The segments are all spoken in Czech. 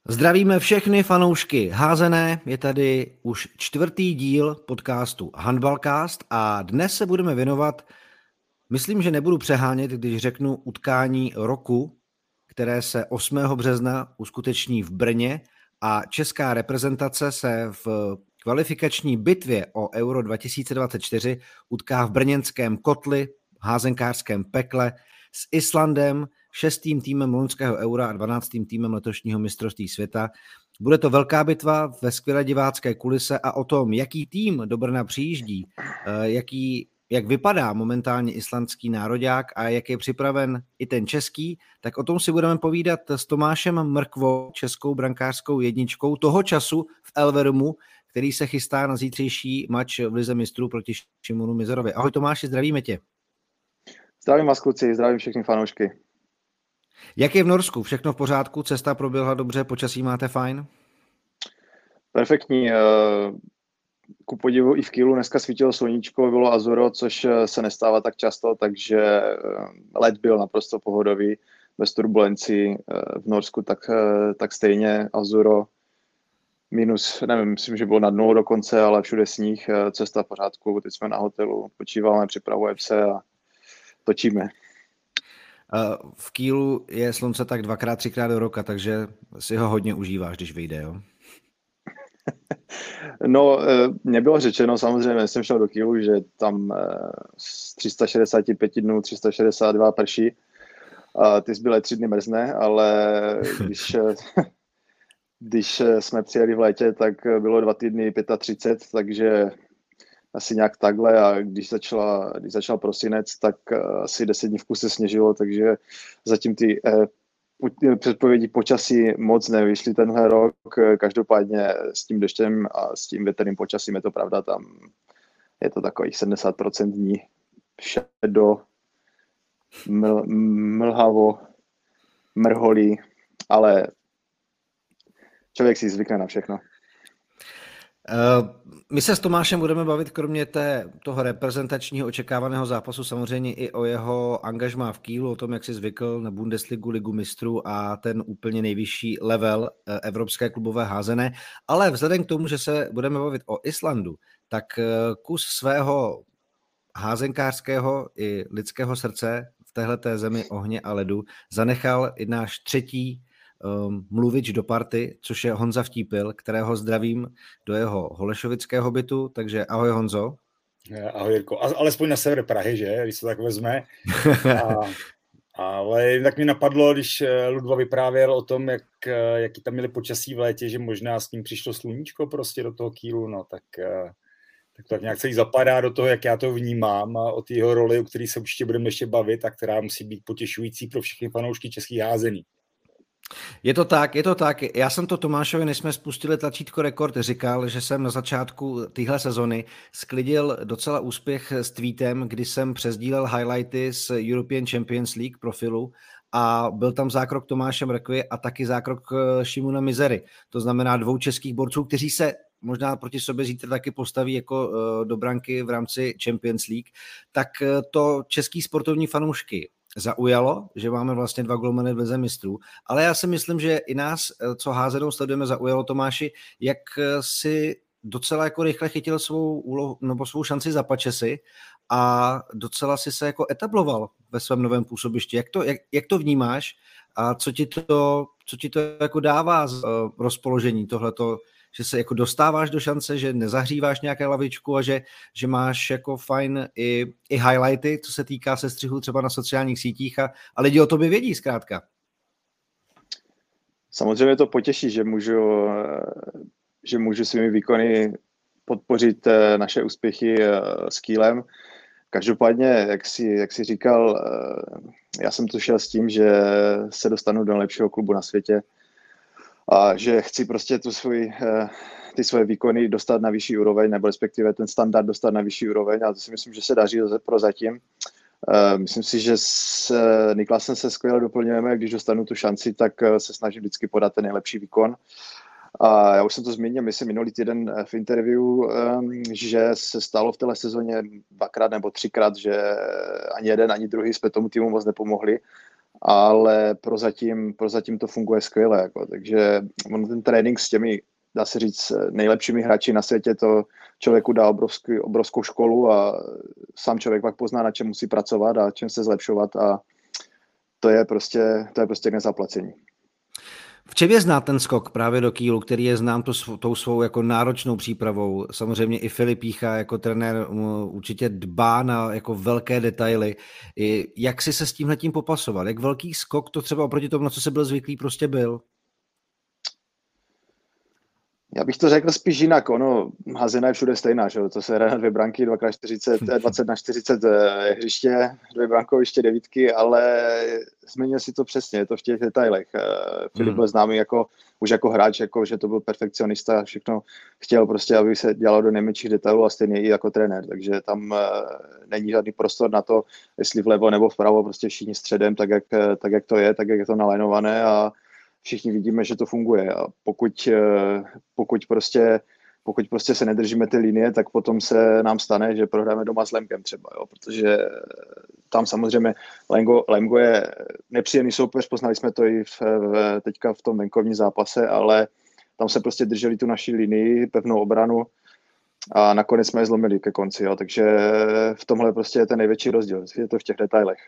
Zdravíme všechny fanoušky házené, je tady už 4. díl podcastu Handballcast a dnes se budeme věnovat, myslím, že nebudu přehánět, když řeknu utkání roku, které se 8. března uskuteční v Brně a česká reprezentace se v kvalifikační bitvě o Euro 2024 utká v brněnském kotli, házenkářském pekle s Islandem, 6. týmem loňského Eura a 12. týmem letošního mistrovství světa. Bude to velká bitva ve skvělé divácké kulise a o tom, jaký tým do Brna přijíždí, jak vypadá momentálně islandský nároďák a jak je připraven i ten český, tak o tom si budeme povídat s Tomášem Mrkvou, českou brankářskou jedničkou toho času v Elverumu, který se chystá na zítřejší mač v Lize mistrů proti Šimonu Mizerovi. Ahoj Tomáši, zdravíme tě. Zdravím vás kluci, zdravím všechny fanoušky. Jak je v Norsku? Všechno v pořádku? Cesta proběhla dobře? Počasí máte fajn? Perfektní. Ku podivu i v Kielu dneska svítilo sluníčko, bylo azuro, což se nestává tak často, takže let byl naprosto pohodový, bez turbulencí. V Norsku tak stejně azuro, minus, nevím, myslím, že bylo nad nulou dokonce, ale všude sníh, cesta v pořádku, teď jsme na hotelu, počíváme, připravujeme se a točíme. V Kielu je slunce tak 2x, 3x do roka, takže si ho hodně užíváš, když vyjde, jo? No, mě bylo řečeno, samozřejmě jsem šel do Kielu, že tam z 365 dnů 362 prší. A ty zbylé 3 dny mrzne, ale když jsme přijeli v létě, tak bylo 2 týdny 35, takže asi nějak takhle a když začal prosinec, tak asi 10 dní v kuse sněžilo, takže zatím ty předpovědi počasí moc nevyšly tenhle rok. Každopádně s tím deštěm a s tím větrným počasím je to pravda, tam je to takových 70% dní šedo, mlhavo, mrholí, ale člověk si zvykne na všechno. My se s Tomášem budeme bavit kromě toho reprezentačního očekávaného zápasu samozřejmě i o jeho angažmá v Kielu, o tom, jak si zvykl na Bundesligu, Ligu mistrů a ten úplně nejvyšší level evropské klubové házené. Ale vzhledem k tomu, že se budeme bavit o Islandu, tak kus svého házenkářského i lidského srdce v téhleté zemi ohně a ledu zanechal i náš třetí mluvič do party, což je Honza Vtípil, kterého zdravím do jeho holešovického bytu, takže ahoj Honzo. Ahoj Jirko, alespoň na sever Prahy, že, když se tak vezme. Ale tak mi napadlo, když Ludva vyprávěl o tom, jaký tam měli počasí v létě, že možná s ním přišlo sluníčko prostě do toho Kielu, no tak to tak nějak celý zapadá do toho, jak já to vnímám a o té jeho roli, o který se určitě budeme ještě bavit a která musí být potěšující pro všechny fanoušky českých házený. Je to tak. Já jsem to Tomášovi, než jsme spustili tlačítko rekord, říkal, že jsem na začátku téhle sezony sklidil docela úspěch s tweetem, kdy jsem přesdílel highlighty z European Champions League profilu a byl tam zákrok Tomáše Mrkvy a taky zákrok Šimona Mizery. To znamená 2 českých borců, kteří se možná proti sobě zítra taky postaví jako do branky v rámci Champions League. Tak to český sportovní fanoušky zaujalo, že máme vlastně 2 golmany v Lize mistrů, ale já si myslím, že i nás, co házenou sledujeme, zaujalo Tomáši, jak si docela jako rychle chytil svou úlohu nebo svou šanci za pačesy a docela si se jako etabloval ve svém novém působišti. Jak to vnímáš a co ti to jako dává z rozpoložení tohleto, že se jako dostáváš do šance, že nezahříváš nějaké lavičku a že máš jako fajn i highlighty, co se týká sestřihu třeba na sociálních sítích a lidi o tobě vědí zkrátka. Samozřejmě to potěší, že můžu svými výkony podpořit naše úspěchy s Kielem. Každopádně, jak jsi říkal, já jsem tu šel s tím, že se dostanu do nejlepšího klubu na světě a že chci prostě ty svoje výkony dostat na vyšší úroveň, nebo respektive ten standard dostat na vyšší úroveň a to si myslím, že se daří prozatím. Myslím si, že s Niklasem se skvěle doplňujeme, když dostanu tu šanci, tak se snažím vždycky podat ten nejlepší výkon. A já už jsem to zmínil, myslím minulý týden v interview, že se stalo v téhle sezóně 2x nebo 3x, že ani jeden, ani druhý jsme tomu týmu moc nepomohli. ale prozatím to funguje skvěle. Jako, takže ten trénink s těmi, dá se říct, nejlepšími hráči na světě, to člověku dá obrovskou školu a sám člověk pak pozná, na čem musí pracovat a čem se zlepšovat a to je prostě k nezaplacení. V čem je znát ten skok právě do kýlu, který je znám tou svou jako náročnou přípravou? Samozřejmě i Filip Jícha jako trenér určitě dbá na jako velké detaily. Jak si se s tímhletím popasoval? Jak velký skok to třeba oproti tomu, na co se byl zvyklý, prostě byl? Já bych to řekl spíš jinak. Ono, házená je všude stejná, že? To se hraje na 2 branky, 2x40, 20x40 hřiště, 2 brankoviště, 9, ale změnil si to přesně, je to v těch detailech. Filip byl známý už jako hráč, že to byl perfekcionista, všechno chtěl prostě, aby se dělalo do nejmenších detailů a stejně i jako trenér, takže tam není žádný prostor na to, jestli vlevo nebo vpravo, prostě všichni středem, tak jak to je, tak jak je to nalajnované a všichni vidíme, že to funguje a pokud prostě se nedržíme ty linie, tak potom se nám stane, že prohráme doma s Lemkem třeba, jo? Protože tam samozřejmě Lemgo je nepříjemný soupeř, poznali jsme to i teďka v tom venkovním zápase, ale tam se prostě drželi tu naši linii, pevnou obranu a nakonec jsme je zlomili ke konci, jo? Takže v tomhle prostě je ten největší rozdíl, je to v těch detailech.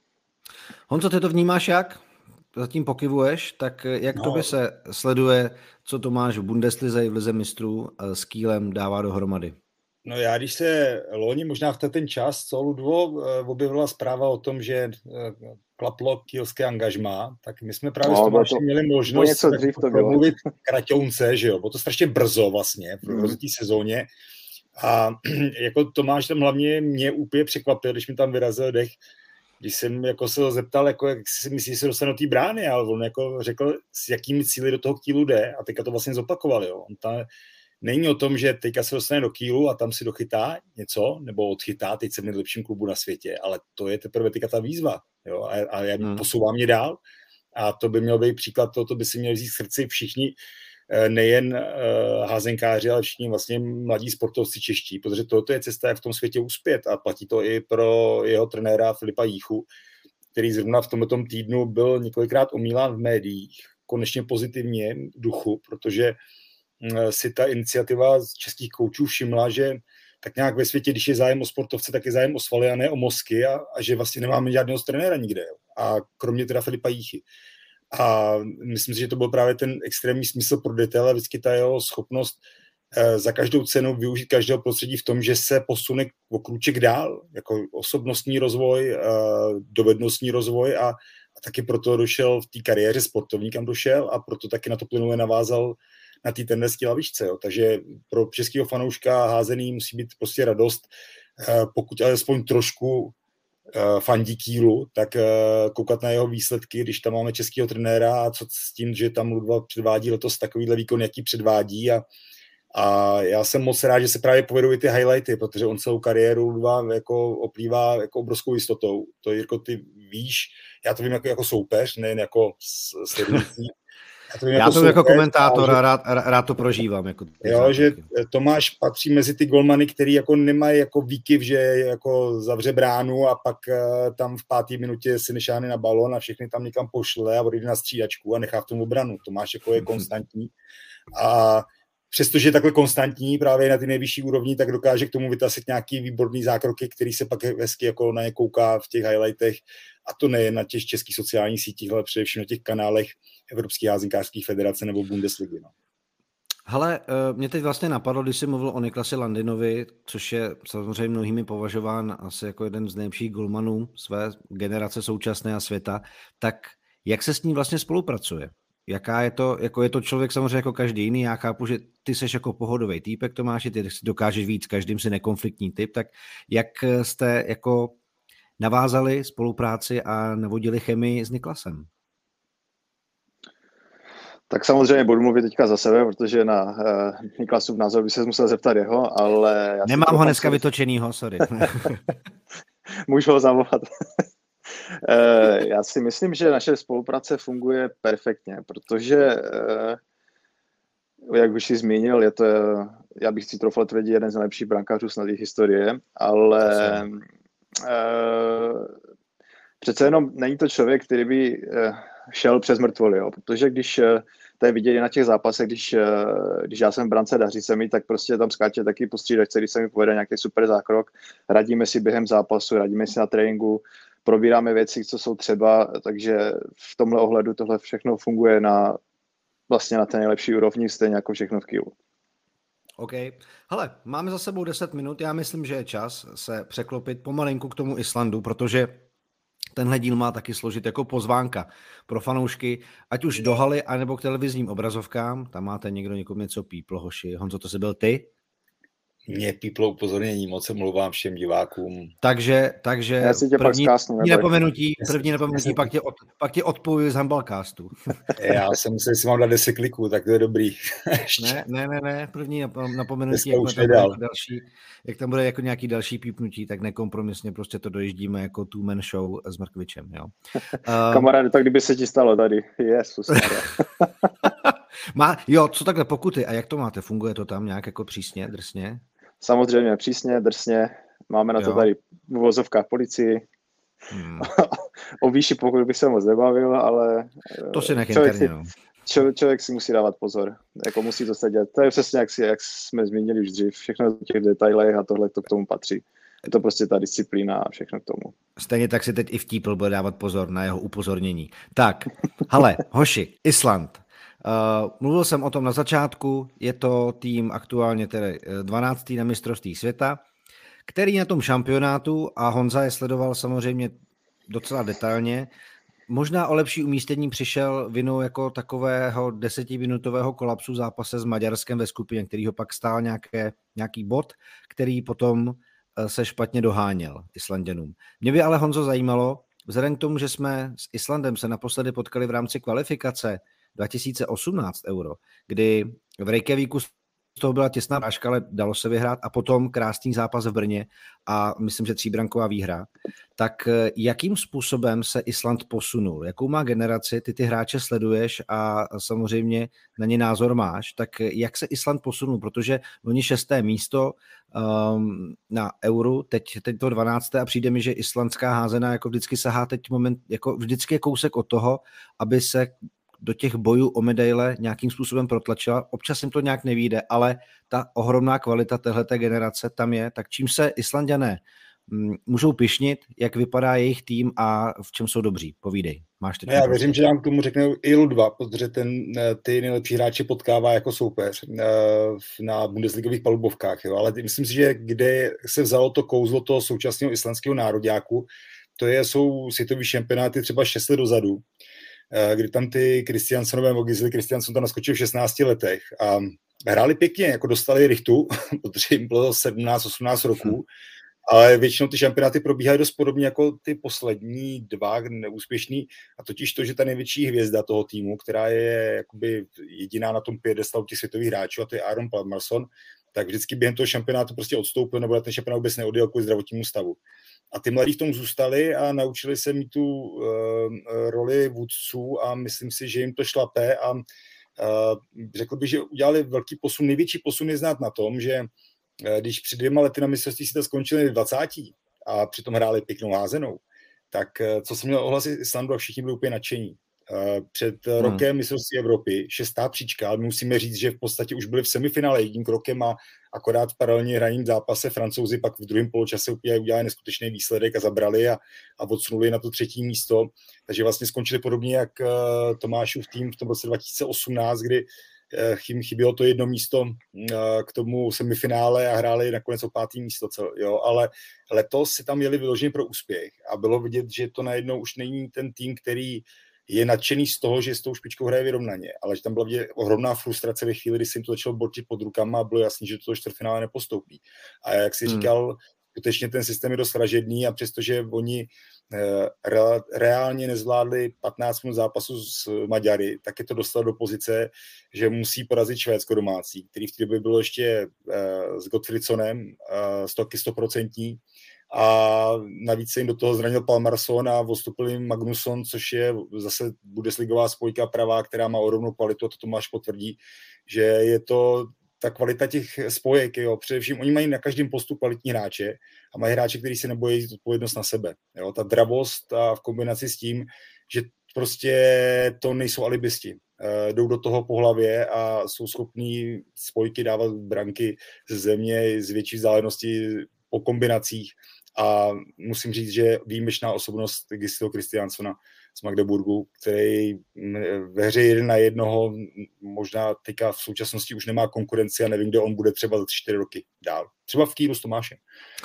Honzo, ty to vnímáš jak? Zatím pokyvuješ, tak jak tobě se sleduje, co Tomáš v Bundeslize i v Lize mistrů s Kielem dává dohromady? No já, když se loni možná v ten čas, co Ludvo, objevila zpráva o tom, že klaplo kielské angažmá, tak my jsme právě s Tomášem měli možnost promluvit kraťounce, že jo, bylo to strašně brzo vlastně v té sezóně a jako Tomáš tam hlavně mě úplně překvapil, když mi tam vyrazil dech, když jsem jako se ho zeptal, jako, jak si myslí, že se dostane do té brány, ale on jako řekl, s jakými cíli do toho Kielu jde a teďka to vlastně zopakoval. Jo. On tam není o tom, že teďka se dostane do Kielu a tam si dochytá něco, nebo odchytá, teď jsem v nejlepším klubu na světě, ale to je teprve teďka ta výzva. Jo. A já posouvám mě dál a to by měl být příklad, to by si měli vzít v srdci všichni, nejen házenkáři, ale všichni vlastně mladí sportovci čeští, protože toto je cesta, jak v tom světě uspět a platí to i pro jeho trenéra Filipa Jíchu, který zrovna v tomto týdnu byl několikrát omílán v médiích, konečně pozitivně duchu, protože si ta iniciativa z českých koučů všimla, že tak nějak ve světě, když je zájem o sportovce, tak je zájem o svaly a ne o mozky a že vlastně nemáme žádného trenéra nikde. Jo. A kromě teda Filipa Jíchy. A myslím si, že to byl právě ten extrémní smysl pro detail a vždycky ta jeho schopnost za každou cenu využít každého prostředí v tom, že se posune o krůček dál, jako osobnostní rozvoj, dovednostní rozvoj a taky proto došel v té kariéře sportovní, kam došel a proto taky na to plynule navázal na té trenerské lavičce. Jo. Takže pro českého fanouška házený musí být prostě radost, pokud alespoň trošku fandí Kielu, tak koukat na jeho výsledky, když tam máme českého trenéra a co s tím, že tam Ludva předvádí letos takovýhle výkon, jaký předvádí a já jsem moc rád, že se právě povedou i ty highlighty, protože on celou kariéru Ludva jako oplývá jako obrovskou jistotou. To je jako ty víš, já to vím jako soupeř, nejen jako sledující. Já to jako komentátor a rád to prožívám. Jako jo, že Tomáš patří mezi ty golmany, který jako nemají jako výkyv, že jako zavře bránu a pak tam v 5. minutě si nešáhne na balón a všechny tam někam pošle a odjde na střídačku a nechá v tom obranu. Tomáš jako je konstantní a přestože je takhle konstantní právě na ty nejvyšší úrovni, tak dokáže k tomu vytasit nějaký výborný zákroky, který se pak hezky jako na ně kouká v těch highlightech a to nejen na těch českých sociálních sítích, ale především na těch kanálech Evropské házenkářských federace nebo Bundesligy. No. Hele, mě teď vlastně napadlo, když jsi mluvil o Niklasi Landinovi, což je samozřejmě mnohými považován asi jako jeden z nejlepších golmanů své generace současné a světa, tak jak se s ním vlastně spolupracuje? Jaká je to, jako je to člověk samozřejmě jako každý jiný, já chápu, že ty seš jako pohodový týpek, Tomáši, ty dokážeš víc, každým si nekonfliktní typ, tak jak jste jako navázali spolupráci a navodili chemii s Niklasem? Tak samozřejmě budu mluvit teďka za sebe, protože na Niklasův názor by se musel zeptat jeho, ale... Nemám ho dneska vytočenýho, sorry. Můžu ho zavolat. Já si myslím, že naše spolupráce funguje perfektně, protože, jak už jsi zmínil, je to, já bych si troufal tvrdit, jeden z nejlepších brankářů snad i historie, ale přece jenom není to člověk, který by šel přes mrtvoly, jo? Protože když to je vidět na těch zápasech, když já jsem v brance, daří se mi, tak prostě tam skáče taky po střídačce, když se mi povede nějaký super zákrok, radíme si během zápasu, radíme si na tréninku, probíráme věci, co jsou třeba, takže v tomhle ohledu tohle všechno funguje vlastně na té nejlepší úrovni, stejně jako všechno v Kielu. OK. Hele, máme za sebou 10 minut, já myslím, že je čas se překlopit pomalinku k tomu Islandu, protože tenhle díl má taky složit jako pozvánka pro fanoušky, ať už do haly, anebo k televizním obrazovkám. Tam máte někdo někomu něco pípl, hoši. Honzo, to jsi byl ty? Mě píplo upozornění, moc se mluvám všem divákům. Takže já si tě první napomenutí, pak tě odpojuji z handballcastu. Já jsem myslel, jestli mám dát 10 kliků, tak to je dobrý. Ne, první napomenutí, jak tam bude jako nějaký další pípnutí, tak nekompromisně prostě to dojíždíme jako two-man show s Mrkvičem. Jo. Kamaráde, tak kdyby se ti stalo tady. Jezus. Jo, co takhle pokuty a jak to máte? Funguje to tam nějak jako přísně, drsně? Samozřejmě přísně, drsně. Máme na to tady v uvozovkách policii. O výši pokud bych se moc nebavil, ale to si nech interně. Člověk si musí dávat pozor. Jako musí to sedět. To je přesně, jak jsme zmínili už dřív. Všechno v těch detailech a tohle to k tomu patří. Je to prostě ta disciplína a všechno k tomu. Stejně tak si teď i Vtípl bude dávat pozor na jeho upozornění. Tak, hele, hoši, Island. Mluvil jsem o tom na začátku, je to tým aktuálně tedy 12. na mistrovství světa, který na tom šampionátu, a Honza je sledoval samozřejmě docela detailně, možná o lepší umístění přišel vinou jako takového 10minutového kolapsu v zápase s Maďarskem ve skupině, který ho pak stál nějaký bod, který potom se špatně doháněl Islanděnům. Mě by ale, Honzo, zajímalo, vzhledem k tomu, že jsme s Islandem se naposledy potkali v rámci kvalifikace 2018 Euro, kdy v Reykjavíku z toho byla těsná práška, ale dalo se vyhrát, a potom krásný zápas v Brně a myslím, že 3branková výhra. Tak jakým způsobem se Island posunul? Jakou má generaci? Ty hráče sleduješ a samozřejmě na ně názor máš. Tak jak se Island posunul? Protože oni 6. místo na Euro, teď to 12. a přijde mi, že islandská házená jako vždycky sahá teď moment, jako vždycky je kousek od toho, aby se do těch bojů o medaile nějakým způsobem protlačila. Občas jim to nějak nevyjde, ale ta ohromná kvalita téhleté generace tam je. Tak čím se Islanďané můžou pyšnit, jak vypadá jejich tým a v čem jsou dobří? Povídej. Máš teď já věřím, že nám k tomu řekne i Ludva, protože ty nejlepší hráče potkává jako soupeř na bundesligových palubovkách. Jo? Ale myslím si, že kde se vzalo to kouzlo toho současného islandského nároďáku, jsou světový šampionáty třeba 6 let dozadu, kdy tam ty Kristianssonové nebo Gisli Kristiansson tam naskočil v 16 letech a hráli pěkně, jako dostali rychtu, protože jim bylo 17-18 roků, ale většinou ty šampionáty probíhají dost podobně jako ty poslední 2 neúspěšný, a totiž to, že ta největší hvězda toho týmu, která je jakoby jediná na tom piedestalu těch světových hráčů, a to je Aron Palmarsson, tak vždycky během toho šampionátu prostě odstoupil, nebo ten šampionát vůbec neodjel kvůli zdravotnímu stavu. A ty mladí v tom zůstali a naučili se mít tu roli vůdců a myslím si, že jim to šlape a řekl bych, že udělali velký posun. Největší posun je znát na tom, že když před 2 lety na mistrovství světa skončili 20. a přitom hráli pěknou házenou, tak co jsem měl ohlasy Islandu a všichni byli úplně nadšení. Před rokem mistrovství Evropy 6. příčka, ale musíme říct, že v podstatě už byli v semifinále jedním krokem a akorát v paralelně hraním zápase Francouzi pak v druhém poločase udělali neskutečný výsledek a zabrali a odsunuli na to 3. místo. Takže vlastně skončili podobně jak Tomášův tým v tom roce 2018, kdy jim chybělo to 1 místo k tomu semifinále a hráli nakonec o 5. místo. Jo? Ale letos si tam jeli vyloženě pro úspěch a bylo vidět, že to najednou už není ten tým, který je nadšený z toho, že s tou špičkou hraje vyrovnaně, ale že tam byla ohromná frustrace ve chvíli, kdy se jim to začalo bortit pod rukama a bylo jasný, že to čtvrtfinále nepostoupí. A jak si říkal, skutečně ten systém je dost vražedný a přestože oni reálně nezvládli 15 minut zápasu s Maďary, tak je to dostalo do pozice, že musí porazit Švédsko domácí, který v té době bylo ještě s Gottfriedsonem 100%. A navíc se jim do toho zranil Palmarsson a odstupil jim Magnusson, což je zase bundesligová spojka pravá, která má ohromnou kvalitu, a to Tomáš potvrdí, že je to ta kvalita těch spojek, jo, především oni mají na každém postu kvalitní hráče a mají hráče, kteří si nebojí jít odpovědnost na sebe. Jo. Ta dravost a v kombinaci s tím, že prostě to nejsou alibisti. Jdou do toho po hlavě a jsou schopní spojky dávat branky ze země z větší vzdálenosti po kombinacích. A musím říct, že výjimečná osobnost Gisliho Kristjansona z Magdeburgu, který ve hře 1-1 možná teďka v současnosti už nemá konkurenci a nevím, kde on bude třeba za 4 roky dál. Třeba v Kielu s Tomášem.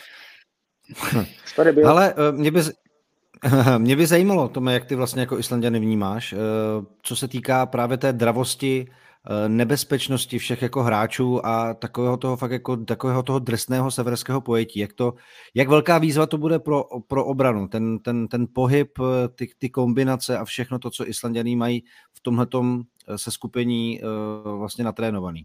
Ale mě by zajímalo, Tome, jak ty vlastně jako Islanďany vnímáš, co se týká právě té dravosti, nebezpečnosti všech jako hráčů a takového toho fakt jako takového toho drsného severského pojetí. Jak velká výzva to bude pro obranu, ten pohyb, ty kombinace a všechno to, co Islanďané mají v tomhletom seskupení vlastně natrénovaný.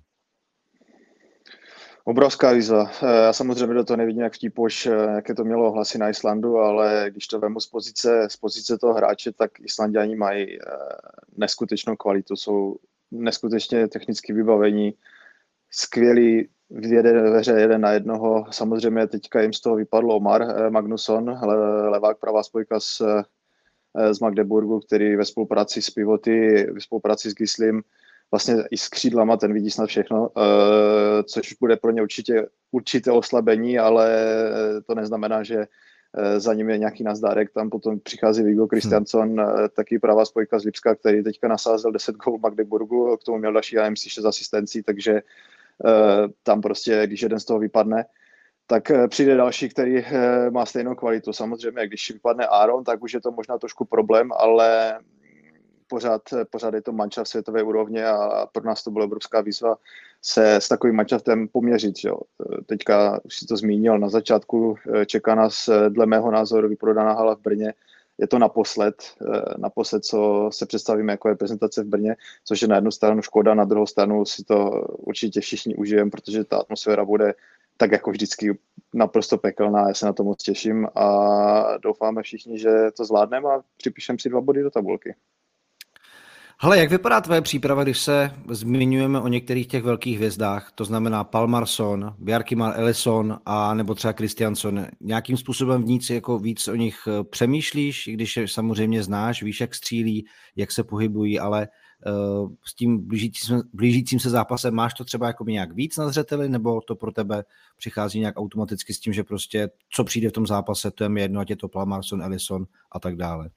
Obrovská výzva. Já samozřejmě do toho nevidím, jak vtípoš, jaké to mělo hlasy na Islandu, ale když to vemu z pozice toho hráče, tak Islanďani mají neskutečnou kvalitu, jsou neskutečně technicky vybavení, skvělí ve hře 1-1. Samozřejmě teďka jim z toho vypadl Omar Magnusson, levák pravá spojka z Magdeburgu, který ve spolupráci s pivoty, ve spolupráci s Gislim, vlastně i s křídlama, ten vidí snad všechno, což bude pro ně určité oslabení, ale to neznamená, že za ním je nějaký nazdárek. Tam potom přichází Viggo Kristjansson, taky pravá spojka z Lipska, který teďka nasázel 10 gólů v Magdeburgu, k tomu měl další AMC 6 asistencí, takže tam prostě, když jeden z toho vypadne, tak přijde další, který má stejnou kvalitu. Samozřejmě, když vypadne Aaron, tak už je to možná trošku problém, ale pořád je to mančaft světové úrovně a pro nás to byla obrovská výzva se s takovým mančaftem poměřit. Jo. Teďka už si to zmínil na začátku, čeká nás dle mého názoru vyprodaná hala v Brně. Je to naposled, co se představíme jako reprezentace v Brně, což je na jednu stranu škoda, na druhou stranu si to určitě všichni užijeme, protože ta atmosféra bude tak jako vždycky naprosto pekelná. Já se na to moc těším a doufáme všichni, že to zvládneme a připíšeme si 2 body do tabulky. Hele, jak vypadá tvoje příprava, když se zmiňujeme o některých těch velkých hvězdách, to znamená Palmarsson, Bjarkimar Elisson a nebo třeba Kristjansson. Nějakým způsobem jako víc o nich přemýšlíš, i když je samozřejmě znáš, víš, jak střílí, jak se pohybují, ale s tím blížícím se zápasem máš to třeba jako nějak víc na zřeteli, nebo to pro tebe přichází nějak automaticky s tím, že prostě co přijde v tom zápase, to je mi jedno, ať je to Palmarsson, Elisson a tak dále.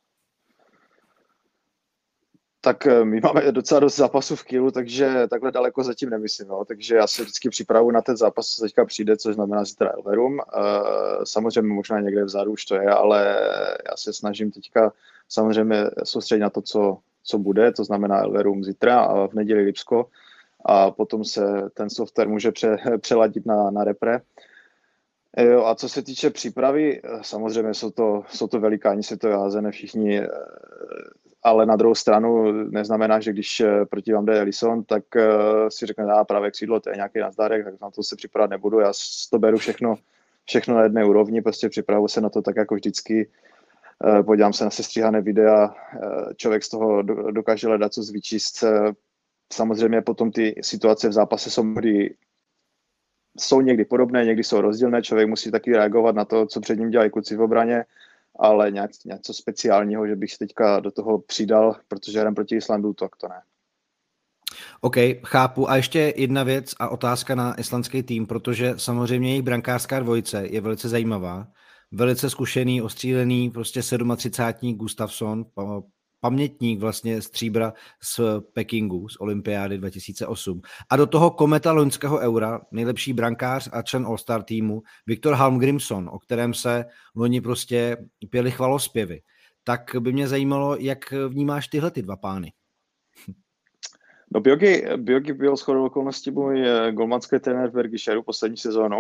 Tak my máme docela dost zápasů v Kielu, takže takhle daleko zatím nemyslím. No. Takže já se vždycky připravuji na ten zápas, co teďka přijde, což znamená zítra Elverum. Samozřejmě možná někde vzadu už to je, ale já se snažím teďka samozřejmě soustředit na to, co bude, to znamená Elverum zítra a v neděli Lipsko. A potom se ten software může přeladit na repre. Jo, a co se týče přípravy, samozřejmě jsou to velikáni světové házené všichni, ale na druhou stranu neznamená, že když proti vám jde Elisson, tak si řekne, pravé křídlo, to je nějaký nazdárek, tak na to se připravovat nebudu. Já to beru všechno na jedné úrovni, prostě připravuji se na to tak jako vždycky. Podívám se na sestříhané videa, člověk z toho dokáže hledat co vyčíst. Samozřejmě potom ty situace v zápase jsou někdy podobné, někdy jsou rozdílné, člověk musí taky reagovat na to, co před ním dělají kluci v obraně, ale něco speciálního, že bych si teďka do toho přidal, protože jdem proti Islandu, tak to ne. OK, chápu. A ještě jedna věc a otázka na islandský tým, protože samozřejmě jejich brankářská dvojice je velice zajímavá. Velice zkušený, ostřílený, prostě 37. Gustafsson, pamětník vlastně stříbra z Pekingu, z olympiády 2008. A do toho kometa loňského Eura, nejlepší brankář a člen All-Star týmu, Viktor Hallgrímsson, o kterém se loni prostě pěly chvalospěvy. Tak by mě zajímalo, jak vnímáš tyhle ty 2 pány. No Björky byl shodou okolností můj golmanský trenér v Bergisheru poslední sezónu.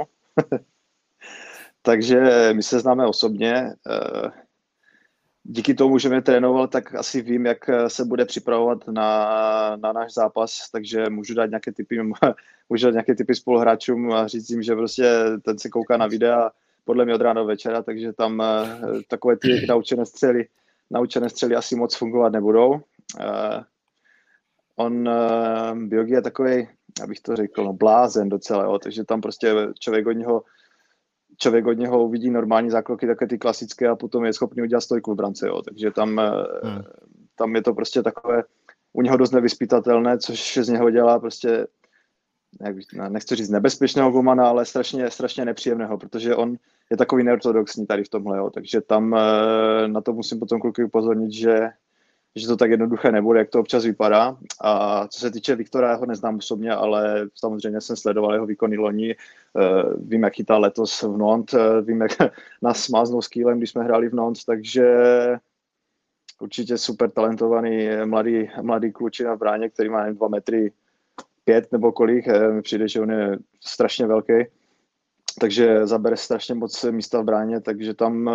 Takže my se známe osobně. Díky tomu, že mě trénoval, tak asi vím, jak se bude připravovat na náš zápas, takže můžu dát nějaké tipy spoluhráčům a říct jim, že prostě ten se kouká na videa podle mě od rána do večera, takže tam takové ty naučené střely asi moc fungovat nebudou. Björky je takovej abych to řekl, no, blázen docela, jo, takže tam prostě člověk od něho uvidí normální zákroky, také ty klasické a potom je schopný udělat stojku v brance, jo, takže tam je to prostě takové u něho dost nevyspytatelné, což z něho dělá prostě, nechci říct nebezpečného golmana, ale strašně nepříjemného, protože on je takový neortodoxní tady v tomhle, jo, takže tam na to musím potom kluky upozornit, že to tak jednoduché nebude, jak to občas vypadá. A co se týče Viktora, já ho neznám osobně, ale samozřejmě jsem sledoval jeho výkony loni. Vím, jak chytá letos v Nantes, vím, jak nás smáznul s Kielem, když jsme hráli v Nantes, takže určitě super talentovaný mladý klučina v bráně, který má 2 metry 5 nebo kolik. Mi přijde, že on je strašně velký, takže zabere strašně moc místa v bráně, takže tam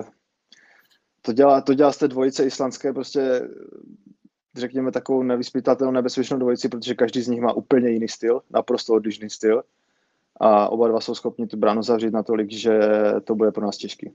to dělá z té dvojice islandské prostě, řekněme, takovou nevyspytatelnou, nebezpečnou dvojici, protože každý z nich má úplně jiný styl, naprosto odlišný styl a oba dva jsou schopni tu bránu zavřít natolik, že to bude pro nás těžký.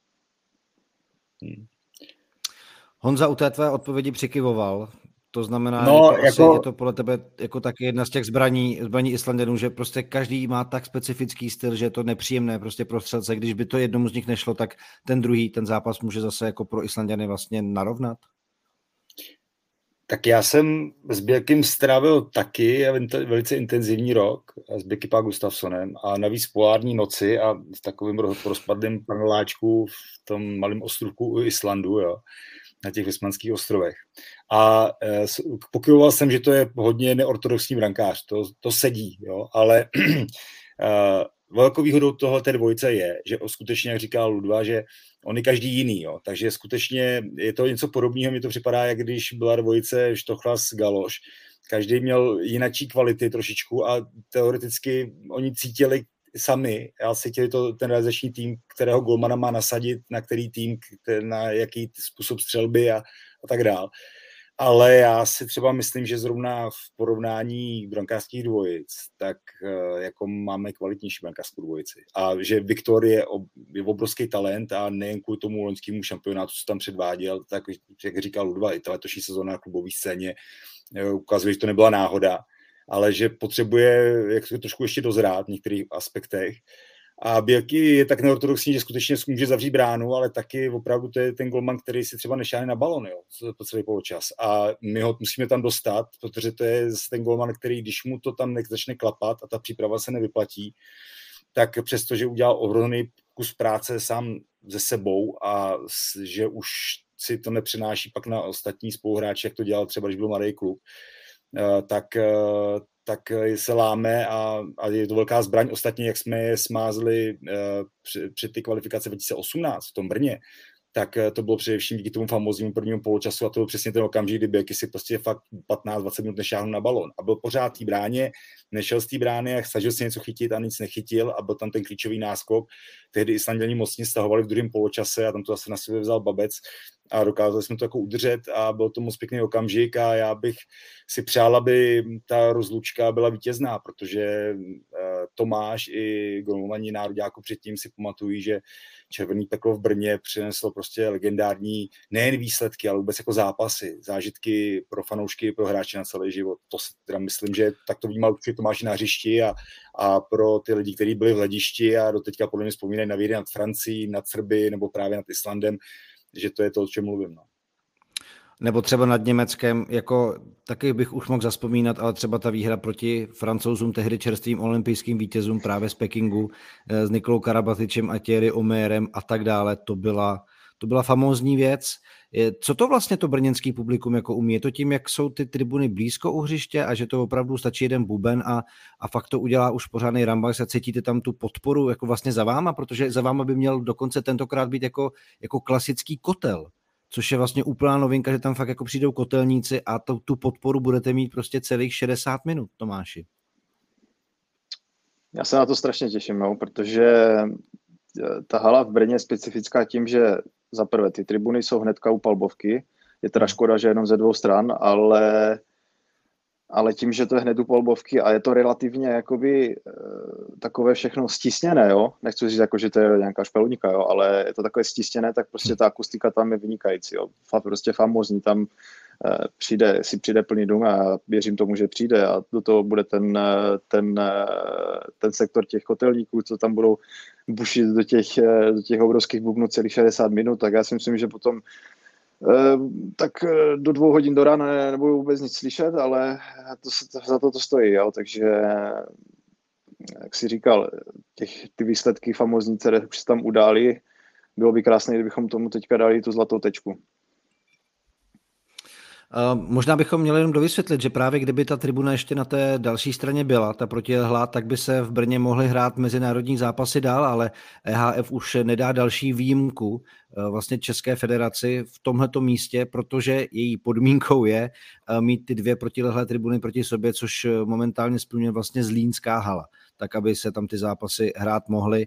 Honza u té tvé odpovědi přikyvoval. To znamená, je to podle tebe jako taky jedna z těch zbraní Islanděnů, že prostě každý má tak specifický styl, že je to nepříjemné prostě pro střelce. Když by to jednomu z nich nešlo, tak ten zápas může zase jako pro Islanděny vlastně narovnat. Tak já jsem s Bělkým strávil taky velice intenzivní rok s Běky Pá Gustafsonem a navíc polární noci a v takovém rozpadném paneláčku v tom malém ostrovku u Islandu, jo, na těch Vestmanských ostrovech. A pokyvoval jsem, že to je hodně neortodoxní brankář, to sedí, jo, ale velkou výhodou té dvojice je, že skutečně, jak říkal Ludva, že on je každý jiný, jo, takže skutečně je to něco podobného, mně to připadá, jak když byla dvojice Štochlas Galoš. Každý měl jinačí kvality trošičku a teoreticky oni cítili sami, a cítili to ten realizační tým, kterého golmana má nasadit, na který tým, na jaký způsob střelby a tak dál. Ale já si třeba myslím, že zrovna v porovnání brankářských dvojic, tak jako máme kvalitnější brankářskou dvojici. A že Viktor je obrovský talent a nejen kvůli tomu loňskému šampionátu, co tam předváděl, tak jak říkal Ludva, i ta letošní sezóna na klubové scéně ukazuje, že to nebyla náhoda, ale že potřebuje jak to trošku ještě dozrát v některých aspektech. A Bělky je tak neortodoxní, že skutečně může zavřít bránu, ale taky opravdu to je ten golman, který si třeba nešáhne na balon, jo, po celý poločas. A my ho musíme tam dostat, protože to je ten golman, který, když mu to tam začne klapat a ta příprava se nevyplatí, tak přestože udělal ohromný kus práce sám ze sebou a že už si to nepřenáší pak na ostatní spoluhráče, jak to dělal třeba, když byl mladý kluk, tak se láme a je to velká zbraň. Ostatně, jak jsme je smázli před ty kvalifikace 2018 v tom Brně, tak to bylo především díky tomu famóznímu prvnímu poločasu a to byl přesně ten okamžik, kdy Bělky si prostě fakt 15-20 minut nešáhnul na balon a byl pořád v té bráně, nešel z té brány a snažil se něco chytit a nic nechytil a byl tam ten klíčový náskok. Tehdy Islanděni mocně stahovali v druhém poločase a tam to zase na sebe vzal Babec a dokázali jsme to jako udržet a byl to moc pěkný okamžik a já bych si přál, aby ta rozlučka byla vítězná, protože Tomáš i golmani nároďáku předtím si pamatují, že Červený peklo v Brně přineslo prostě legendární nejen výsledky, ale vůbec jako zápasy, zážitky pro fanoušky, pro hráče na celý život. To si teda myslím, že tak to vnímal určitě Tomáš na hřišti a pro ty lidi, kteří byli v hledišti a doteďka podle mě vzpomínají na výhry nad Francií, nad Srby nebo právě nad Islandem, že to je to, o čem mluvím. No. Nebo třeba nad Německem, jako taky bych už mohl zaspomínat, ale třeba ta výhra proti Francouzům, tehdy čerstvým olympijským vítězům právě z Pekingu, s Nikolou Karabatičem a Thierry Omérem a tak dále, to byla famózní věc. Co to vlastně to brněnský publikum jako umí? Je to tím, jak jsou ty tribuny blízko u hřiště a že to opravdu stačí jeden buben a fakt to udělá už pořádný rambak a cítíte tam tu podporu jako vlastně za váma, protože za váma by měl dokonce tentokrát být jako klasický kotel, což je vlastně úplná novinka, že tam fakt jako přijdou kotelníci a tu podporu budete mít prostě celých 60 minut, Tomáši. Já se na to strašně těším, no, protože ta hala v Brně je specifická tím, že za prvé ty tribuny jsou hnedka u palbovky, je teda škoda, že jenom ze 2 stran, ale tím, že to je hned u palbovky a je to relativně jakoby takové všechno stisněné, jo, nechci říct jako, že to je nějaká špelníka, jo, ale je to takové stisněné, tak prostě ta akustika tam je vynikající, jo, prostě famózní, tam přijde plný dům a věřím tomu, že přijde a do toho bude ten sektor těch kotelníků, co tam budou bušit do těch obrovských bubnů celých 60 minut, tak já si myslím, že potom tak do 2 hodin do rána nebudu vůbec nic slyšet, ale za to stojí, jo? Takže jak jsi říkal, ty výsledky famózní, které už se tam udály, bylo by krásné, kdybychom tomu teďka dali tu zlatou tečku. Možná bychom měli jenom dovysvětlit, že právě kdyby ta tribuna ještě na té další straně byla, ta protilehlá, tak by se v Brně mohly hrát mezinárodní zápasy dál, ale EHF už nedá další výjimku vlastně České federaci v tomhleto místě, protože její podmínkou je mít ty 2 protilehlé tribuny proti sobě, což momentálně splňuje vlastně Zlínská hala, tak aby se tam ty zápasy hrát mohly.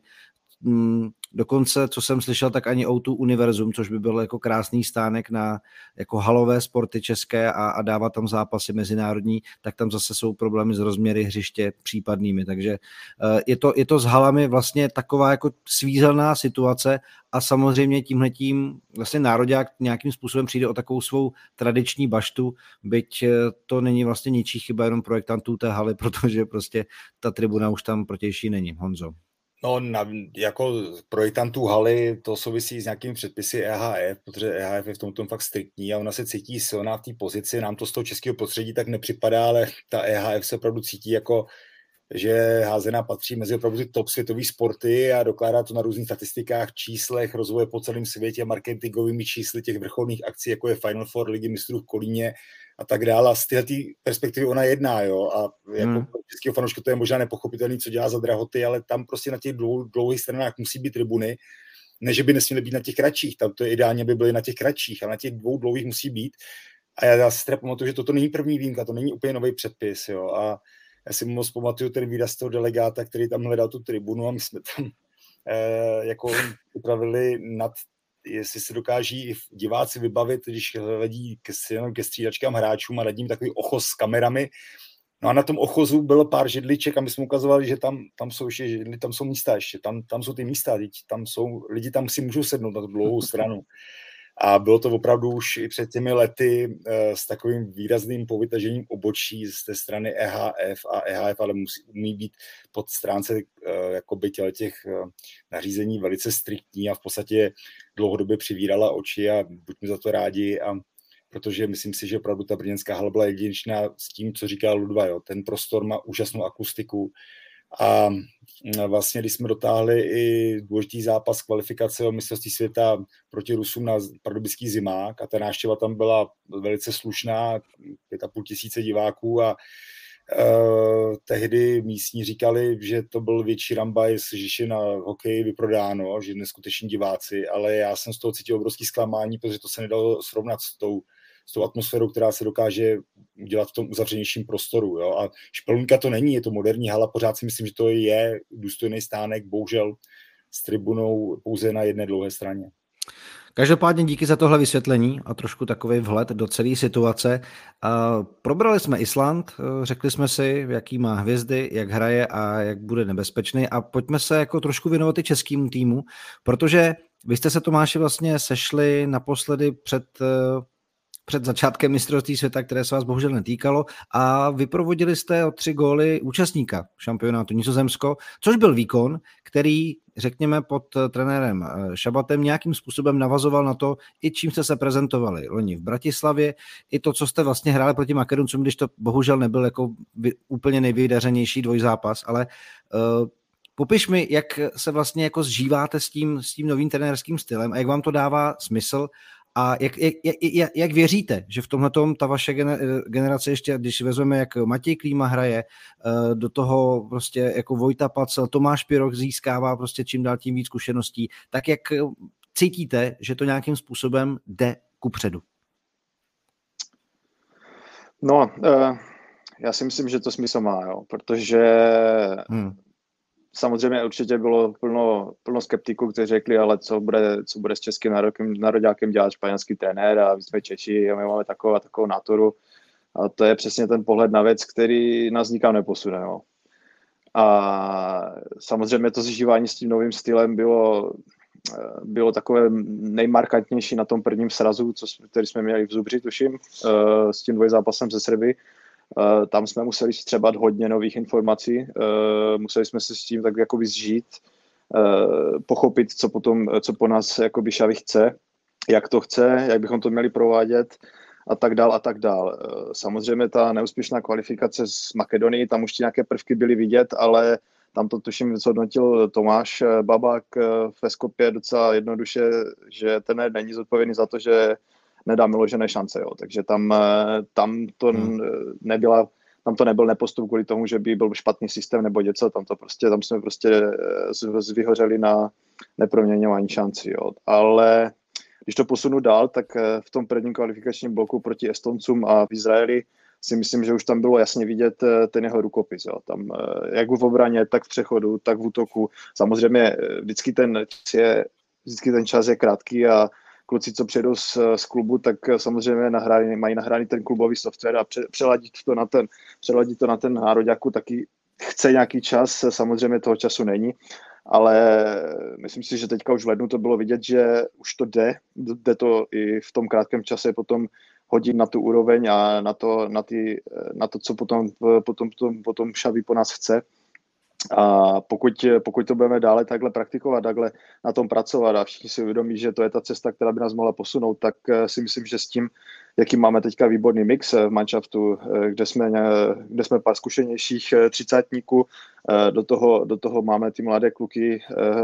Dokonce, co jsem slyšel, tak ani O2 Univerzum, což by byl jako krásný stánek na jako halové sporty české a dávat tam zápasy mezinárodní, tak tam zase jsou problémy s rozměry hřiště případnými, takže je to s halami vlastně taková jako svízelná situace a samozřejmě tímhletím vlastně nároďák nějakým způsobem přijde o takovou svou tradiční baštu, byť to není vlastně ničí chyba jenom projektantů té haly, protože prostě ta tribuna už tam protější není. Honzo. No, jako projektantů haly to souvisí s nějakými předpisy EHF, protože EHF je v tomto fakt striktní a ona se cítí silná v té pozici. Nám to z toho českého prostředí tak nepřipadá, ale ta EHF se opravdu cítí jako, že házená patří mezi opravdu top světové sporty a dokládá to na různých statistikách, číslech, rozvoje po celém světě, marketingovými čísly těch vrcholných akcí, jako je Final Four Ligy mistrů v Kolíně a tak dále. A z této perspektivy ona jedná, jo. A jako pro českého fanouška to je možná nepochopitelný, co dělá za drahoty, ale tam prostě na těch dlouhých stranách musí být tribuny, ne, že by nesměly být na těch kratších, tam to je ideálně, by byly na těch kratších, ale na těch 2 dlouhých musí být. A já si teda pamatuju, že toto není první výjimka, to není úplně nový předpis, jo. A já si moc pamatuju ten výraz toho delegáta, který tam hledal tu tribunu a my jsme tam jako upravili jestli se dokáží diváci vybavit, když hledí ke střídačkám hráčům a nad ním takový ochos s kamerami. No a na tom ochozu bylo pár židliček a my jsme ukazovali, že tam jsou ještě židly, tam jsou místa ještě, tam jsou ty místa, lidi tam si můžou sednout na tu dlouhou stranu. A bylo to opravdu už i před těmi lety s takovým výrazným povytažením obočí z té strany EHF a EHF, ale umí být pod stránce jakoby těch nařízení velice striktní a v podstatě dlouhodobě přivírala oči a buďme za to rádi, protože myslím si, že opravdu ta brněnská hala byla jedinečná s tím, co říká Ludva, jo. Ten prostor má úžasnou akustiku a vlastně, když jsme dotáhli i důležitý zápas kvalifikace o mistrovství světa proti Rusům na pardubický Zimák a ta návštěva tam byla velice slušná, 5,5 diváků a tehdy místní říkali, že to byl větší rambaj, že je na hokej vyprodáno, že neskuteční diváci, ale já jsem z toho cítil obrovský zklamání, protože to se nedalo srovnat s tou atmosférou, která se dokáže udělat v tom uzavřenějším prostoru. Jo? A Špelunka to není, je to moderní hala, pořád si myslím, že to je důstojný stánek, bohužel s tribunou pouze na jedné dlouhé straně. Každopádně díky za tohle vysvětlení a trošku takový vhled do celé situace. Probrali jsme Island, řekli jsme si, jaký má hvězdy, jak hraje a jak bude nebezpečný a pojďme se jako trošku věnovat i českému týmu, protože vy jste se, Tomáši, vlastně sešli naposledy před začátkem mistrovství světa, které se vás bohužel netýkalo a vyprovodili jste o 3 góly účastníka šampionátu Nizozemsko, což byl výkon, který, řekněme, pod trenérem Šabatem nějakým způsobem navazoval na to, i čím jste se prezentovali loni v Bratislavě, i to, co jste vlastně hráli proti Makedoncům, když to bohužel nebyl jako úplně nejvydařenější dvojzápas, ale popiš mi, jak se vlastně jako zžíváte s tím novým trenérským stylem a jak vám to dává smysl. A jak věříte, že v tomhletom ta vaše generace ještě, když vezmeme, jak Matěj Klíma hraje, do toho prostě jako Vojta Pacel, Tomáš Piroch získává prostě čím dál tím víc zkušeností, tak jak cítíte, že to nějakým způsobem jde kupředu? No, já si myslím, že to smysl má, jo, protože samozřejmě určitě bylo plno skeptiků, kteří řekli, ale co bude s českým nároďákem dělat španělský trenér a my jsme Češi a my máme takovou náturu. A to je přesně ten pohled na věc, který nás nikam neposune. Jo. A samozřejmě to zžívání s tím novým stylem bylo bylo takové nejmarkantnější na tom prvním srazu, který jsme měli v Zubři, tuším, s tím dvojzápasem ze Srby. Tam jsme museli střebat hodně nových informací, museli jsme se s tím tak jakoby zžít, pochopit, co po nás jakoby Xavi chce, jak to chce, jak bychom to měli provádět a tak dál a tak dál. Samozřejmě ta neúspěšná kvalifikace z Makedonii, tam už nějaké prvky byly vidět, ale tam to tuším zhodnotil Tomáš Babák ve Skopje docela jednoduše, že ten není zodpovědný za to, že nedá Miložené šance. Jo. Takže tam to nebyl nepostup kvůli tomu, že by byl špatný systém nebo něco, tam jsme prostě vyhořeli na neproměňování šancí. Jo. Ale když to posunu dál, tak v tom prvním kvalifikačním bloku proti Estoncům a v Izraeli si myslím, že už tam bylo jasně vidět ten jeho rukopis. Jo. Tam, jak v obraně, tak v přechodu, tak v útoku. Samozřejmě vždycky ten čas je krátký a kluci, co přijdou z klubu, tak samozřejmě mají nahraný ten klubový software a přeladit to na ten nároďáku taky chce nějaký čas, samozřejmě toho času není, ale myslím si, že teďka už v lednu to bylo vidět, že už to jde to i v tom krátkém čase potom hodit na tu úroveň a na to, co potom Xavi po nás chce. A pokud to budeme dále takhle praktikovat, takhle na tom pracovat a všichni si uvědomí, že to je ta cesta, která by nás mohla posunout, tak si myslím, že s tím, jaký máme teďka výborný mix v manšaftu, kde jsme pár zkušenějších třicátníků, do toho máme ty mladé kluky,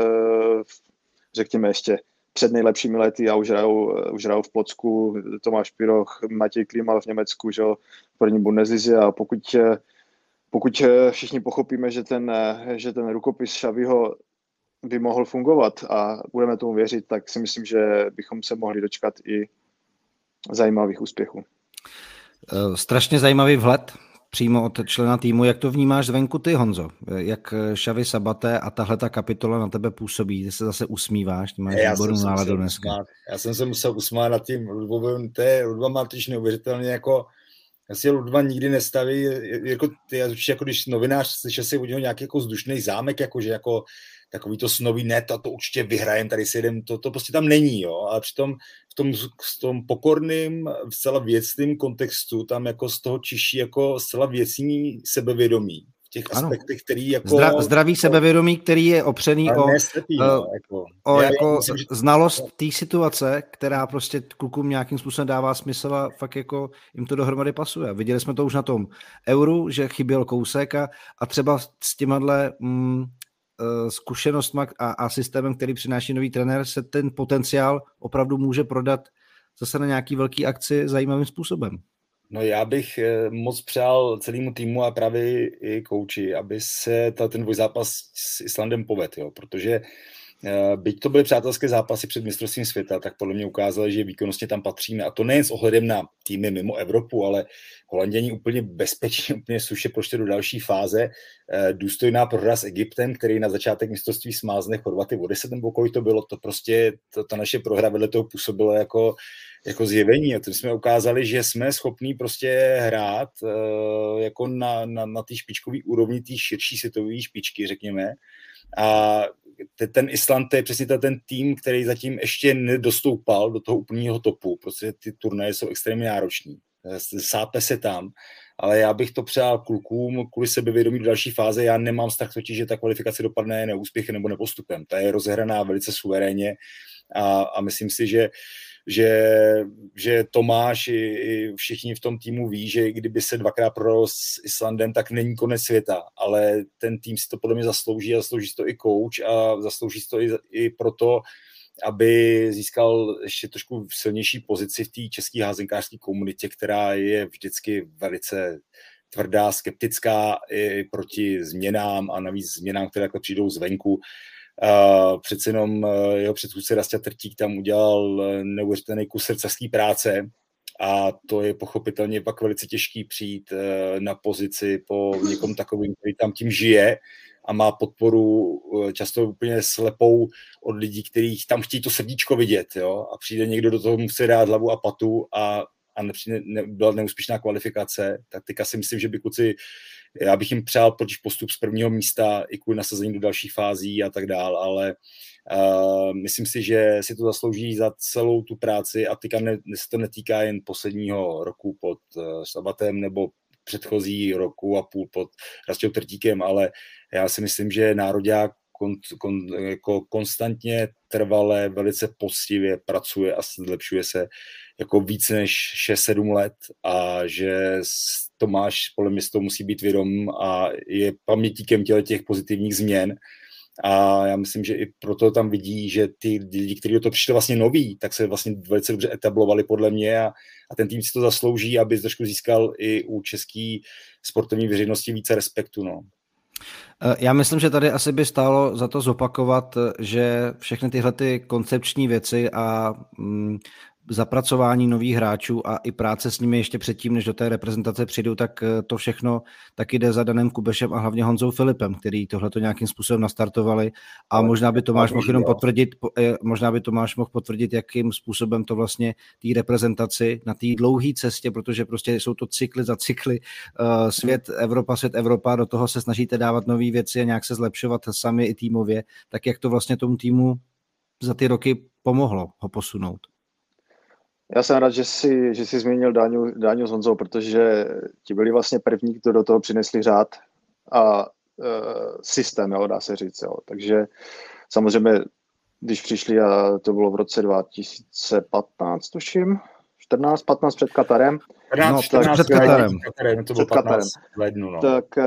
řekněme ještě před nejlepšími lety a už hrajou v Plocku, Tomáš Piroch, Matěj Klímal v Německu, že v první Bundeslize, a pokud všichni pochopíme, že ten rukopis Xaviho by mohl fungovat a budeme tomu věřit, tak si myslím, že bychom se mohli dočkat i zajímavých úspěchů. Strašně zajímavý vhled přímo od člena týmu. Jak to vnímáš zvenku ty, Honzo? Jak Xavi Sabaté a tahle ta kapitola na tebe působí? Ty se zase usmíváš, ty máš výbornou náladu dneska. Já jsem se musel usmát nad tím Ludvovým. Ludva má totiž neuvěřitelně jako asi Ludva nikdy nestaví, jako když novinář slyšel si od něho nějaký jako vzdušný zámek, jakože jako takový to snový net a to určitě vyhrajem, tady si jedem, to prostě tam není, jo, ale přitom v tom pokorným, zcela věcným kontextu tam jako z toho čiší jako zcela věcný sebevědomí. V těch aspektech, který jako... Zdravý sebevědomí, který je opřený o znalost té situace, která prostě klukům nějakým způsobem dává smysl a fakt jako jim to dohromady pasuje. Viděli jsme to už na tom Euru, že chyběl kousek a třeba s těmahle zkušenostma a systémem, který přináší nový trenér, se ten potenciál opravdu může prodat zase na nějaký velký akci zajímavým způsobem. No já bych moc přál celému týmu a právě i kouči, aby se ten dvojzápas s Islandem povedl, jo, protože byť to byly přátelské zápasy před mistrovstvím světa, tak podle mě ukázali, že výkonnostně tam patříme. A to nejen s ohledem na týmy mimo Evropu, ale Holanděni úplně bezpečně, úplně slušně prošli do další fáze. Důstojná prohra s Egyptem, který na začátek mistrovství smázne Chorvaty o 10 nebo kolik to bylo. To prostě, ta naše prohra vedle toho působila jako zjevení. A tím jsme ukázali, že jsme schopní prostě hrát jako na té špičkové úrovni, té širší světové špičky, řekněme. A ten Island, to je přesně ten tým, který zatím ještě nedostoupal do toho úplného topu, protože ty turnaje jsou extrémně náročný. Sápe se tam, ale já bych to přál klukům kvůli sebevědomí do další fáze. Já nemám strach totiž, že ta kvalifikace dopadne neúspěchem nebo nepostupem. Ta je rozehraná velice suverénně a myslím si, že Tomáš i všichni v tom týmu ví, že kdyby se dvakrát prodal s Islandem, tak není konec světa, ale ten tým si to podle mě zaslouží a zaslouží si to i coach a zaslouží si to i proto, aby získal ještě trošku silnější pozici v té české házenkářské komunitě, která je vždycky velice tvrdá, skeptická i proti změnám a navíc změnám, které takhle přijdou zvenku. Přece jenom jeho předchůdce Rastia Trtík tam udělal neuvěřitelný kus srdcařské práce a to je pochopitelně pak velice těžký přijít na pozici po někom takovým, který tam tím žije a má podporu často úplně slepou od lidí, kteří tam chtějí to srdíčko vidět, jo? A přijde někdo, do toho musí dát hlavu a patu a a byla neúspěšná kvalifikace, tak teďka si myslím, že by kluci, já bych jim přál proč postup z prvního místa i kvůli nasazení do dalších fází a tak dál, ale myslím si, že si to zaslouží za celou tu práci a teďka se to netýká jen posledního roku pod Sabatem nebo předchozí roku a půl pod Rastou Trtíkem, ale já si myslím, že nároďák jako konstantně, trvale, velice poctivě pracuje a zlepšuje se jako víc než 6-7 let a že Tomáš podle mě z toho musí být vědom a je pamětíkem těch pozitivních změn. A já myslím, že i proto tam vidí, že ty lidi, kteří do toho přišli vlastně noví, tak se vlastně velice dobře etablovali podle mě a ten tým si to zaslouží, aby trošku získal i u české sportovní veřejnosti více respektu. No. Já myslím, že tady asi by stálo za to zopakovat, že všechny tyhle ty koncepční věci a zapracování nových hráčů a i práce s nimi ještě předtím, než do té reprezentace přijdou, tak to všechno taky jde za Danem Kubešem a hlavně Honzou Filipem, který tohleto nějakým způsobem nastartovali a možná by Tomáš mohl jenom potvrdit, jakým způsobem to vlastně té reprezentaci na té dlouhé cestě, protože prostě jsou to cykly za cykly, svět Evropa, do toho se snažíte dávat nové věci a nějak se zlepšovat sami i týmově, tak jak to vlastně tomu týmu za ty roky pomohlo ho posunout. Já jsem rád, že jsi zmínil Dáňu s Honzou, protože ti byli vlastně první, kdo do toho přinesli řád a systém, jo, dá se říct. Jo. Takže samozřejmě, když přišli, a to bylo v roce 2015, tuším, 14-15 před Katarem. Před Katarem. To bylo 15 lednu, no.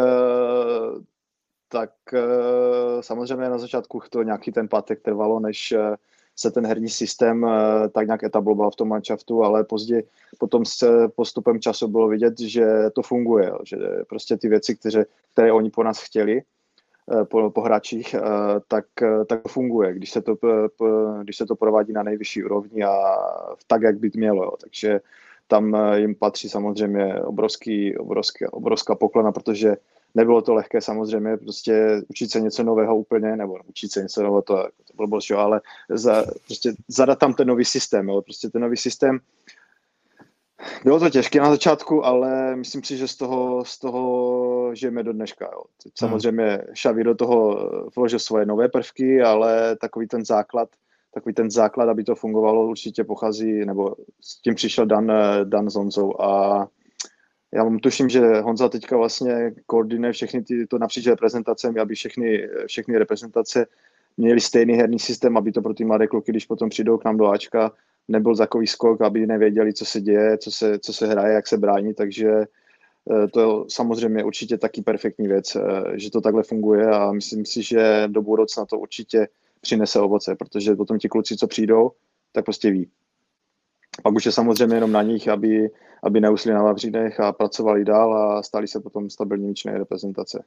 Tak samozřejmě na začátku to nějaký ten pátek trvalo, než se ten herní systém tak nějak etabloval v tom manšaftu, ale později potom se postupem času bylo vidět, že to funguje, že prostě ty věci, které oni po nás chtěli, po hráčích, tak to funguje, když se to provádí na nejvyšší úrovni a tak, jak by mělo. Jo. Takže tam jim patří samozřejmě obrovská poklona, protože nebylo to lehké samozřejmě, prostě učit se něco nového úplně, nebo učit se něco nového, to bylo blbost, ale prostě zadat tam ten nový systém, jo, prostě ten nový systém. Bylo to těžké na začátku, ale myslím si, že z toho žijeme do dneška. Jo. Samozřejmě Xavi do toho vložil svoje nové prvky, ale takový ten základ, aby to fungovalo, určitě pochází, nebo s tím přišel Dan s Honzou a já tuším, že Honza teďka vlastně koordinuje všechny to napříč reprezentacemi, aby všechny reprezentace měly stejný herní systém, aby to pro ty mladé kluky, když potom přijdou k nám do Ačka, nebyl takový skok, aby nevěděli, co se děje, co se hraje, jak se brání, takže to je samozřejmě určitě taky perfektní věc, že to takhle funguje a myslím si, že do budoucna to určitě přinese ovoce, protože potom ti kluci, co přijdou, tak prostě ví. Pak už je samozřejmě jenom na nich, aby neusli na vavřínech a pracovali dál a stali se potom stabilní členy reprezentace.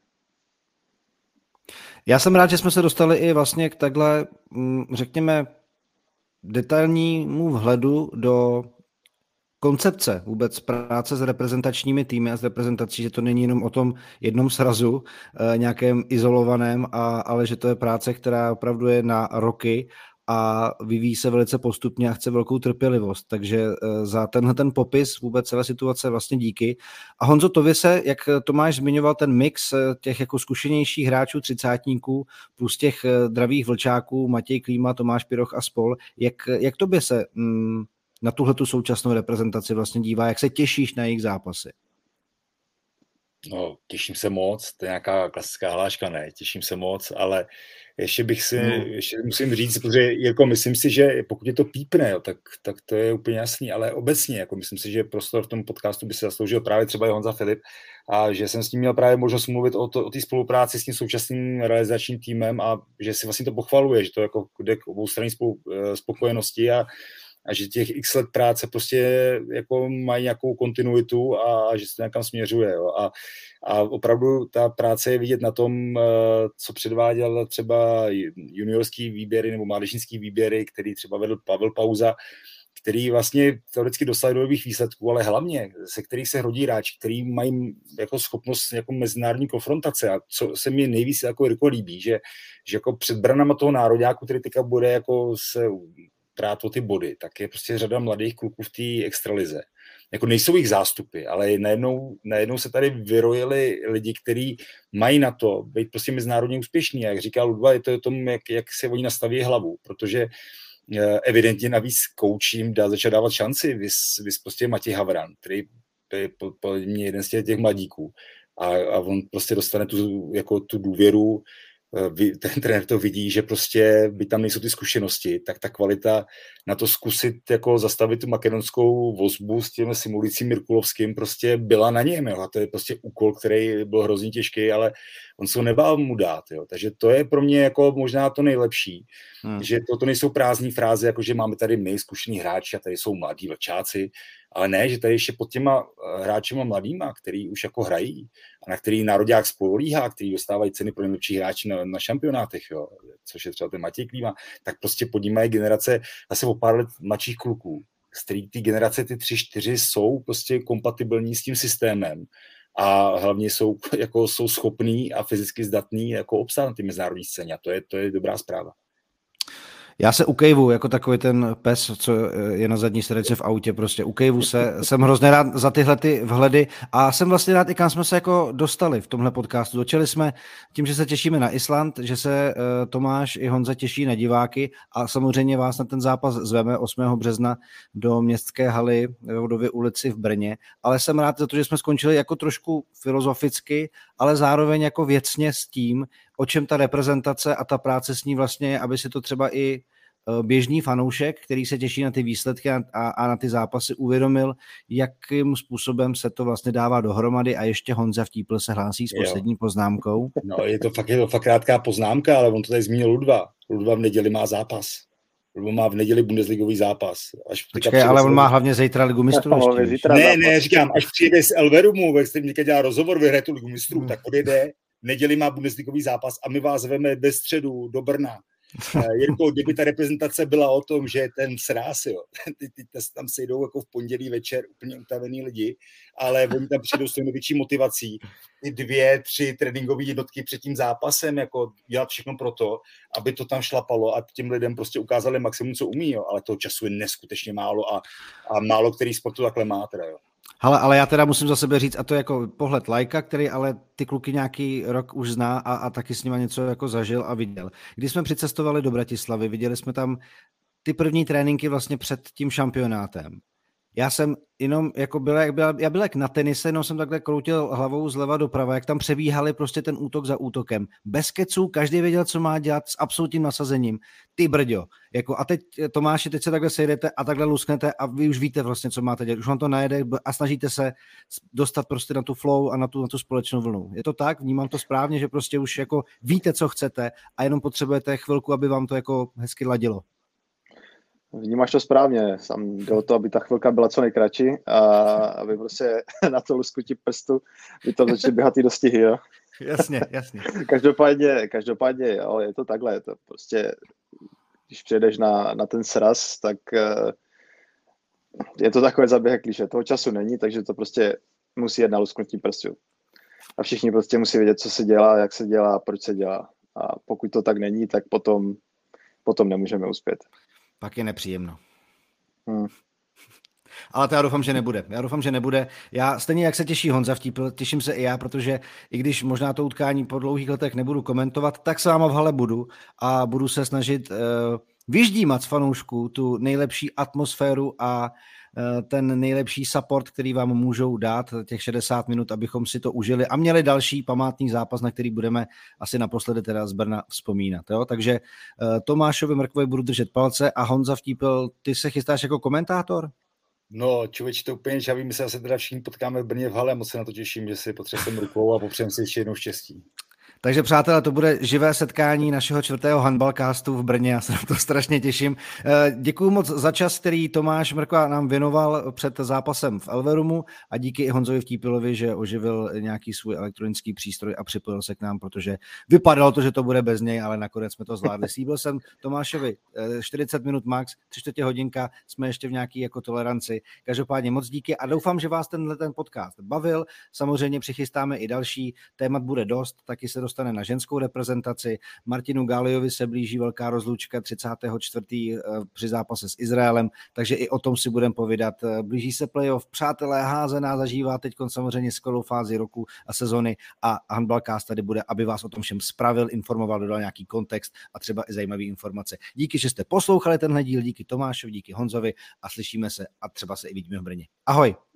Já jsem rád, že jsme se dostali i vlastně k takhle, řekněme, detailnímu vhledu do koncepce vůbec práce s reprezentačními týmy a s reprezentací, že to není jenom o tom jednom srazu, nějakém izolovaném, ale že to je práce, která opravdu je na roky a vyvíjí se velice postupně a chce velkou trpělivost. Takže za tenhle ten popis vůbec celé situace vlastně díky. A Honzo, tobě se, jak Tomáš zmiňoval, ten mix těch jako zkušenějších hráčů, třicátníků plus těch dravých vlčáků, Matěj Klíma, Tomáš Piroch a spol. Jak tobě se na tuhletu současnou reprezentaci vlastně dívá? Jak se těšíš na jejich zápasy? No, těším se moc, to je nějaká klasická hláška, ne, těším se moc, ale ještě musím říct, protože Jirko, myslím si, že pokud je to pípne, jo, tak to je úplně jasný, ale obecně, jako myslím si, že prostor v tom podcastu by se zasloužil právě třeba i Honza Filip a že jsem s ním měl právě možnost mluvit o té spolupráci s tím současným realizačním týmem a že si vlastně to pochvaluje, že to jako jde k oboustranné spokojenosti a že těch x let práce prostě jako mají nějakou kontinuitu a že se to někam směřuje. Jo. A opravdu ta práce je vidět na tom, co předváděl třeba juniorský výběry nebo mládežnický výběry, který třeba vedl Pavel Pauza, který vlastně teoreticky dosáhl do nových výsledků, ale hlavně se kterých se rodí hráči, který mají jako schopnost jako mezinárodní konfrontace a co se mi nejvíc jako Jirko líbí, že jako před branama toho nároďáku, který teďka bude jako se prát o ty body, tak je prostě řada mladých kluků v té extralize. jako nejsou jich zástupy, ale najednou se tady vyrojili lidi, kteří mají na to být prostě mezinárodně úspěšní. Jak říká Ludva, je to o tom, jak se oni nastaví hlavu, protože evidentně navíc kouč jim začal dávat šanci, vys prostě Matěj Havran, který je podle mě jeden z těch mladíků. A on prostě dostane tu důvěru, ten trenér to vidí, že prostě by tam nejsou ty zkušenosti, tak ta kvalita na to zkusit jako zastavit tu makedonskou vozbu s tím simulujícím Mirkulovským prostě byla na něm, jo. A to je prostě úkol, který byl hrozně těžký, ale on se ho nebál mu dát, jo. Takže to je pro mě jako možná to nejlepší, že to nejsou prázdné fráze, jako že máme tady my zkušení hráči a tady jsou mladí vlčáci, ale ne, že tady ještě pod těma hráčima mladýma, který už jako hrají a na který nároďák spolíhá, který dostávají ceny pro nejlepší hráči na šampionátech, jo, což je třeba ten Matěj Klíma, tak prostě pod ním mají generace zase o pár let mladších kluků, z kterých ty generace, ty 3-4 jsou prostě kompatibilní s tím systémem a hlavně jsou schopní a fyzicky zdatní jako obstát na té mezinárodní scéně a to je dobrá zpráva. Já se ukejvu jako takový ten pes, co je na zadní sedačce v autě, prostě ukejvu se, jsem hrozně rád za tyhle ty vhledy a jsem vlastně rád i kam jsme se jako dostali v tomhle podcastu. Dočeli jsme tím, že se těšíme na Island, že se Tomáš i Honza těší na diváky a samozřejmě vás na ten zápas zveme 8. března do městské haly ve Vodově ulici v Brně, ale jsem rád za to, že jsme skončili jako trošku filozoficky, ale zároveň jako věcně s tím, o čem ta reprezentace a ta práce s ní vlastně je, aby si to třeba i běžný fanoušek, který se těší na ty výsledky a na ty zápasy, uvědomil, jakým způsobem se to vlastně dává dohromady a ještě Honza Vtípil se hlásí s poslední poznámkou. No, je to fakt krátká poznámka, ale on to tady zmínil Ludva. Ludva v neděli má zápas. Ludva má v neděli bundesligový zápas. Počkej, ale on má hlavně zítra Ligu mistrů. Ne, říkám, až přijede z Elverumu, ve kterém teďka dělá rozhovor, vyhraje tu Ligu mistrů, tak odjede. V neděli má bundesligový zápas a my vás zveme ve středu do Brna. Jirko, kdyby ta reprezentace byla o tom, že ten sráz, jo, ty tam sejdou jako v pondělí večer úplně utavený lidi, ale oni tam přijdou s největší motivací, ty 2-3 tréninkové jednotky před tím zápasem, jako dělat všechno pro to, aby to tam šlapalo a těm lidem prostě ukázali maximum, co umí, jo, ale toho času je neskutečně málo a málo který sportu takhle má teda, jo. Hele, ale já teda musím za sebe říct, a to je jako pohled lajka, který ale ty kluky nějaký rok už zná a taky s nima něco jako zažil a viděl. Když jsme přicestovali do Bratislavy, viděli jsme tam ty první tréninky vlastně před tím šampionátem. Já jsem jenom jako já byl jak na tenise, jenom jsem takhle kroutil hlavou zleva doprava, jak tam přebíhali prostě ten útok za útokem. Bez keců, každý věděl, co má dělat, s absolutním nasazením. Ty brďo. Jako, a teď, Tomáši, teď se takhle sejdete a takhle lusknete a vy už víte vlastně, co máte dělat. Už vám to najede a snažíte se dostat prostě na tu flow a na tu společnou vlnu. Je to tak? Vnímám to správně, že prostě už jako víte, co chcete a jenom potřebujete chvilku, aby vám to jako hezky ladilo. Vnímáš to správně, sam jde o to, aby ta chvilka byla co nejkratší a aby prostě na to lusknutí prstu by to začali běhat i dostihy, jo. Jasně. Každopádně, jo, je to takhle, je to prostě, když přijedeš na ten sraz, tak je to takové zaběh klišé, toho času není, takže to prostě musí jít na lusknutí prstu. A všichni prostě musí vědět, co se dělá, jak se dělá, proč se dělá. A pokud to tak není, tak potom nemůžeme uspět. Pak je nepříjemno. Ale to já doufám, že nebude. Já stejně, jak se těší Honza Vtípil, těším se i já, protože i když možná to utkání po dlouhých letech nebudu komentovat, tak s váma v hale budu a budu se snažit vyždímat z fanoušků tu nejlepší atmosféru a ten nejlepší support, který vám můžou dát těch 60 minut, abychom si to užili a měli další památný zápas, na který budeme asi naposledy teda z Brna vzpomínat. Jo? Takže Tomášovi Mrkvovi budu držet palce a Honza Vtípil, ty se chystáš jako komentátor? No, člověč, to úplně žavý, my se asi teda všichni potkáme v Brně v hale, moc se na to těším, že si potřebujeme rukou a popřejeme si ještě jednou štěstí. Takže přátelé, to bude živé setkání našeho 4. handballcastu v Brně, já se na to strašně těším. Děkuju moc za čas, který Tomáš Mrkva nám věnoval před zápasem v Elverumu a díky i Honzovi Vtípilovi, že oživil nějaký svůj elektronický přístroj a připojil se k nám, protože vypadalo to, že to bude bez něj, ale nakonec jsme to zvládli. Slíbil jsem Tomášovi 40 minut max, 3/4 hodinka, jsme ještě v nějaký jako toleranci. Každopádně moc díky a doufám, že vás ten podcast bavil. Samozřejmě přichystáme i další, témat bude dost, taky se dostane na ženskou reprezentaci. Martinu Gáliovi se blíží velká rozlučka 34. při zápase s Izraelem, takže i o tom si budeme povídat. Blíží se playoff, přátelé, házená zažívá teď samozřejmě skvělou fázi roku a sezony a Handballcast tady bude, aby vás o tom všem spravil, informoval, dodal nějaký kontext a třeba i zajímavé informace. Díky, že jste poslouchali tenhle díl, díky Tomášovi, díky Honzovi a slyšíme se a třeba se i vidíme v Brně. Ahoj!